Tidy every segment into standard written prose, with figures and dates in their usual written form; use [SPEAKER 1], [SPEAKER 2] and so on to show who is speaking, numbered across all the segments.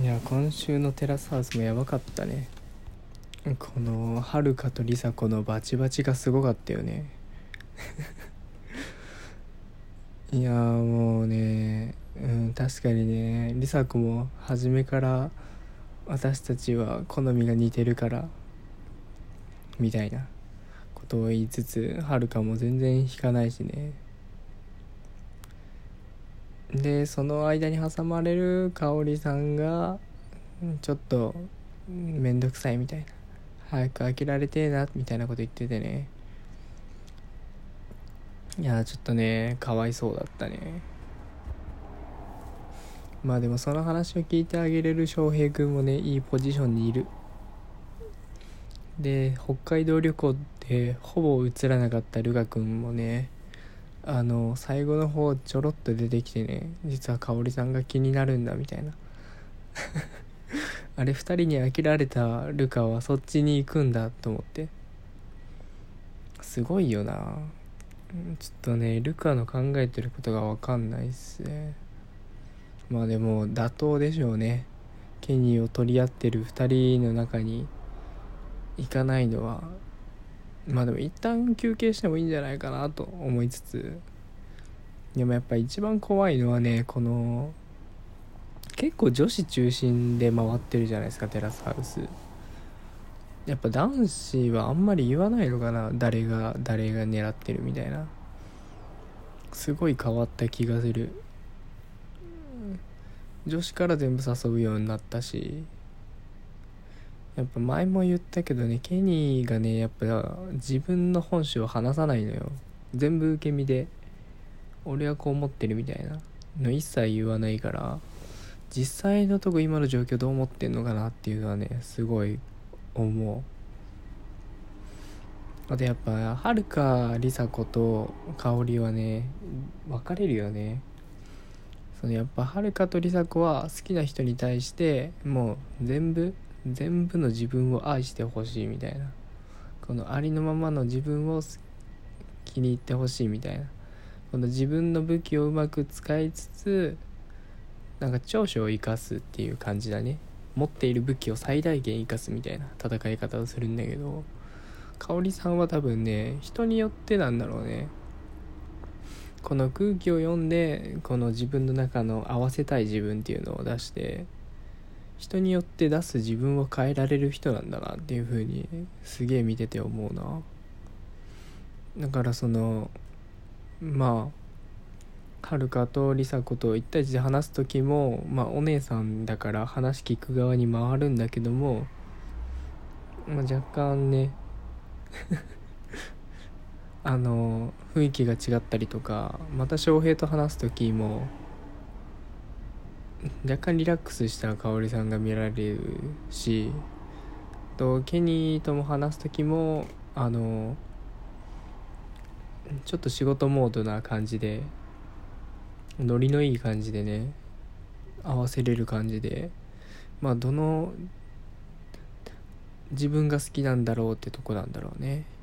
[SPEAKER 1] いや、今週のテラスハウスもやばかったね。このはるかとりさこのバチバチがすごかったよね。いやもうね、確かにね、りさこも初めから私たちは好みが似てるからみたいなことを言いつつ、はるかも全然引かないしね。でその間に挟まれる香織さんがちょっとめんどくさいみたいな、早く飽きられてえなみたいなこと言っててね。いやちょっとねかわいそうだったね。まあでもその話を聞いてあげれる翔平くんもね、いいポジションにいる。で北海道旅行でほぼ映らなかったルカくんもね、最後の方ちょろっと出てきてね、実は香織さんが気になるんだみたいなあれ二人に飽きられたルカはそっちに行くんだと思って、すごいよな。ちょっとねルカの考えてることが分かんないっすね。まあでも妥当でしょうね。ケニーを取り合ってる二人の中に行かないのは、まあでも一旦休憩してもいいんじゃないかなと思いつつ、でもやっぱ一番怖いのはね、この結構女子中心で回ってるじゃないですかテラスハウス。やっぱ男子はあんまり言わないのかな、誰が狙ってるみたいな。すごい変わった気がする。女子から全部誘うようになったし、やっぱ前も言ったけどね、ケニーがねやっぱ自分の本性を話さないのよ。全部受け身で俺はこう思ってるみたいなの一切言わないから、実際のとこ今の状況どう思ってんのかなっていうのはねすごい思う。あとやっぱはるかりさ子と香織はね分かれるよね。そのやっぱはるかとりさ子は好きな人に対してもう全部の自分を愛してほしいみたいな、このありのままの自分を気に入ってほしいみたいな、この自分の武器をうまく使いつつなんか長所を生かすっていう感じだね。持っている武器を最大限生かすみたいな戦い方をするんだけど、香織さんは多分ね人によってなんだろうね。この空気を読んでこの自分の中の合わせたい自分っていうのを出して、人によって出す自分を変えられる人なんだなっていう風にすげえ見てて思うな。だからそのまあはるかとりさ子と1対1で話す時も、まあお姉さんだから話聞く側に回るんだけども、若干ね雰囲気が違ったりとか、また翔平と話す時も若干リラックスした香織さんが見られるし、とケニーとも話す時もちょっと仕事モードな感じでノリのいい感じでね合わせれる感じで、まあどの自分が好きなんだろうってとこなんだろうね。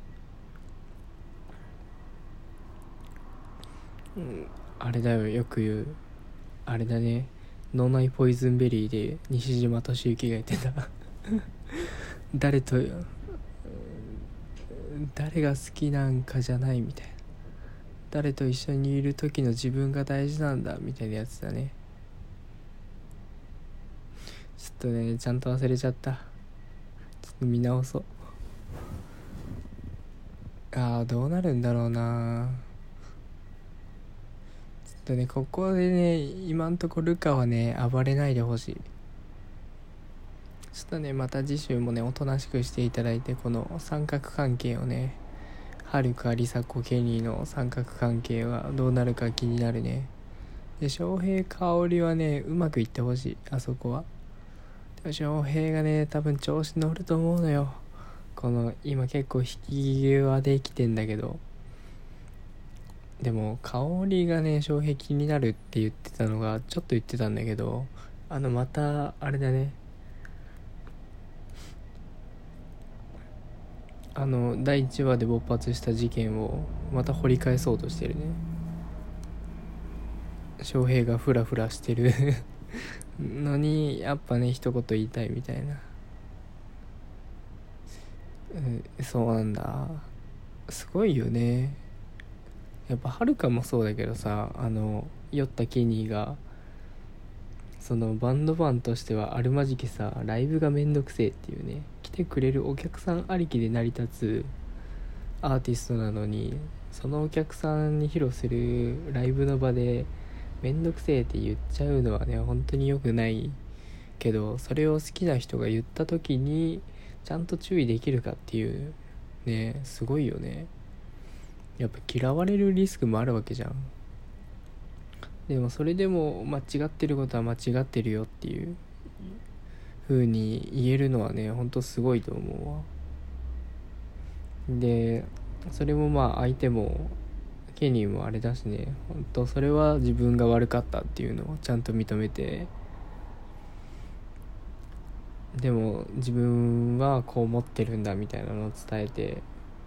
[SPEAKER 1] あれだよ、よく言うあれだね、脳内ポイズンベリーで西島敏行が言ってた誰が好きなんかじゃないみたいな、誰と一緒にいる時の自分が大事なんだみたいなやつだね。ちょっとねちゃんと忘れちゃった。ちょっと見直そう。どうなるんだろうな。ちょっとねここでね今んとこルカはね暴れないでほしい。ちょっとねまた次週もねおとなしくしていただいて、この三角関係をね、はるかりさ子ケニーの三角関係はどうなるか気になるね。で翔平香織はねうまくいってほしい、あそこは。でも翔平がね多分調子乗ると思うのよ。この今結構引き際できてんだけど、でも香織がね翔平気になるって言ってたのがちょっと言ってたんだけど、またあれだね、第1話で勃発した事件をまた掘り返そうとしてるね。翔平がフラフラしてるのにやっぱね一言言いたいみたいな、そうなんだ。すごいよね。やっぱはるかもそうだけどさ、酔ったケニーがそのバンドマンとしてはあるまじきさ、ライブがめんどくせえっていうね、来てくれるお客さんありきで成り立つアーティストなのに、そのお客さんに披露するライブの場でめんどくせえって言っちゃうのはね本当に良くないけど、それを好きな人が言った時にちゃんと注意できるかっていうね、すごいよね。やっぱ嫌われるリスクもあるわけじゃん。でもそれでも間違ってることは間違ってるよっていう風に言えるのはねほんとすごいと思うわ。でそれもまあ相手もケニーもあれだしね、本当それは自分が悪かったっていうのをちゃんと認めて、でも自分はこう思ってるんだみたいなのを伝えて、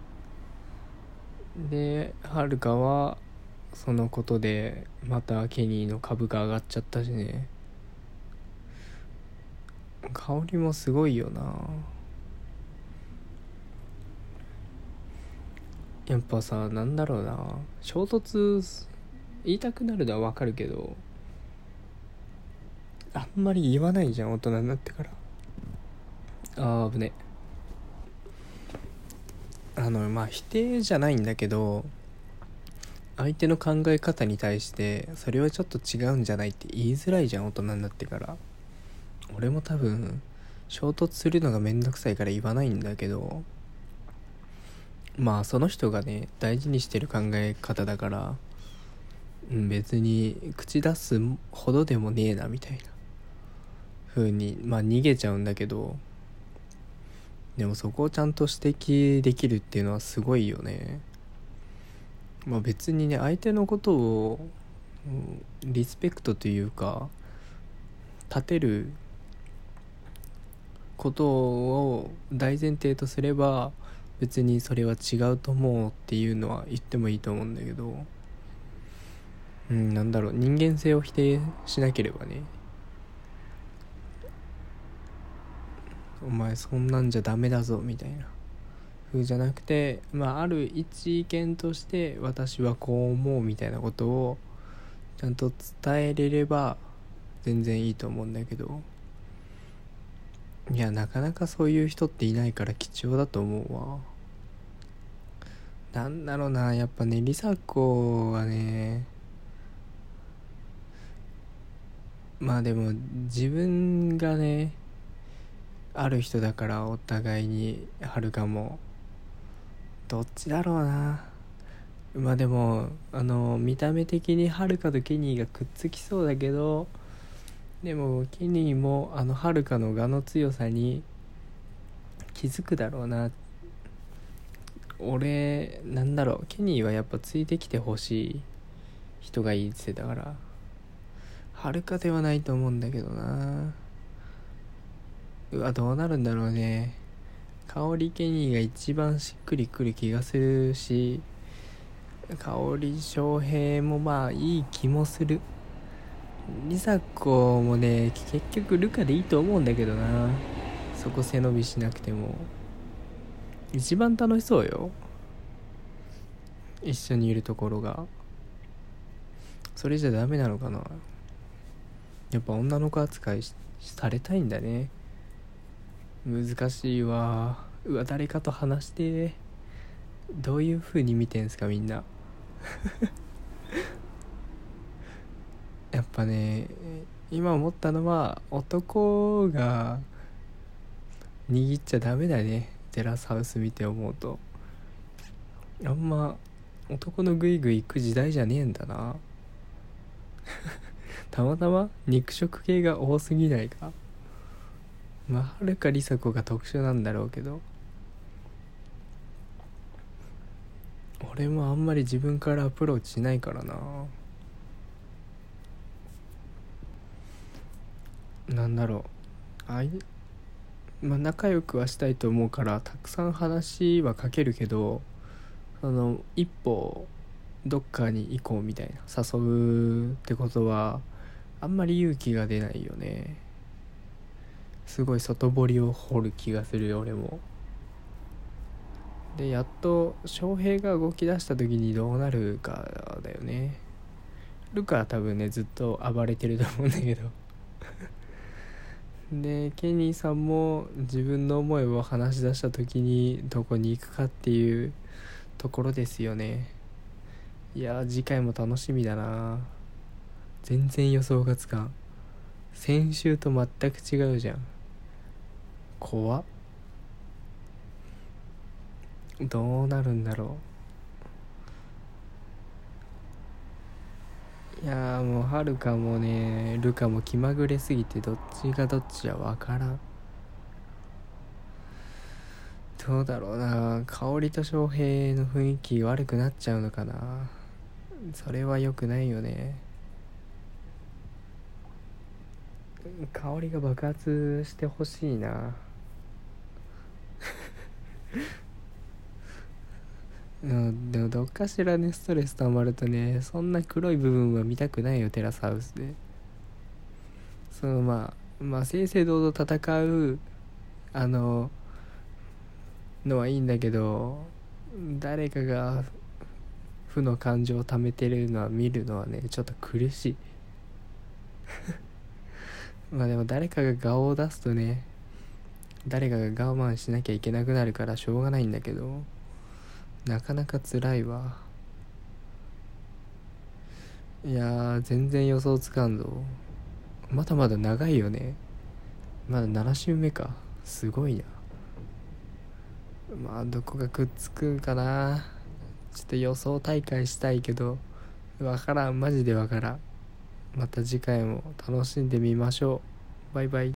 [SPEAKER 1] ではるかはそのことでまたケニーの株が上がっちゃったしね。香りもすごいよな。やっぱさ、なんだろうな、衝突言いたくなるのはわかるけど、あんまり言わないじゃん大人になってから。危ね。まあ否定じゃないんだけど、相手の考え方に対してそれはちょっと違うんじゃないって言いづらいじゃん大人になってから。俺も多分衝突するのがめんどくさいから言わないんだけど、まあその人がね大事にしてる考え方だから、別に口出すほどでもねえなみたいな風にまあ逃げちゃうんだけど、でもそこをちゃんと指摘できるっていうのはすごいよね。まあ別にね相手のことをリスペクトというか立てることを大前提とすれば別にそれは違うと思うっていうのは言ってもいいと思うんだけど、なんだろう、人間性を否定しなければね、お前そんなんじゃダメだぞみたいな風じゃなくて、まあある一意見として私はこう思うみたいなことをちゃんと伝えれれば全然いいと思うんだけど、いやなかなかそういう人っていないから貴重だと思うわ。なんだろうな、やっぱね梨紗子はね、まあでも自分がねある人だからお互いにはるかもどっちだろうな。まあでも見た目的にはるかとケニーがくっつきそうだけど、でもケニーもはるかの我の強さに気づくだろうな。俺なんだろう、ケニーはやっぱついてきてほしい人がいいって言ってたから、はるかではないと思うんだけどな。うわどうなるんだろうね。香りケニーが一番しっくりくる気がするし、香り翔平もまあいい気もする。梨紗子もね結局ルカでいいと思うんだけどな、そこ背伸びしなくても。一番楽しそうよ一緒にいるところが。それじゃダメなのかな。やっぱ女の子扱いされたいんだね。難しいわ。うわ誰かと話して。どういう風に見てんすかみんな。やっぱね今思ったのは男が握っちゃダメだね。テラスハウス見て思うと、あんま男のグイグイ行く時代じゃねえんだな。たまたま肉食系が多すぎないか。まあはるか梨紗子が特殊なんだろうけど、俺もあんまり自分からアプローチしないからな。なんだろう、仲良くはしたいと思うからたくさん話はかけるけど、一歩どっかに行こうみたいな誘うってことはあんまり勇気が出ないよね。すごい外堀を掘る気がするよ俺も。でやっと翔平が動き出した時にどうなるかだよね。ルカは多分ねずっと暴れてると思うんだけどでケニーさんも自分の思いを話し出した時にどこに行くかっていうところですよね。いや次回も楽しみだな。全然予想がつかん。先週と全く違うじゃん。怖っ。どうなるんだろう。いやもうはるかもねルカも気まぐれすぎてどっちがどっちやわからん。どうだろうな。香織と翔平の雰囲気悪くなっちゃうのかな。それは良くないよね。香りが爆発してほしいな。でもどっかしらねストレス溜まるとねそんな黒い部分は見たくないよテラスハウスで。その正々堂々戦うのはいいんだけど誰かが負の感情を溜めてるのは見るのはねちょっと苦しいでも誰かが顔を出すとね誰かが我慢しなきゃいけなくなるからしょうがないんだけどなかなか辛いわ。いや全然予想つかんぞ。まだまだ長いよね。まだ7週目か。すごいな。どこがくっつくんかな。ちょっと予想大会したいけどわからん。マジでわからん。また次回も楽しんでみましょう。バイバイ。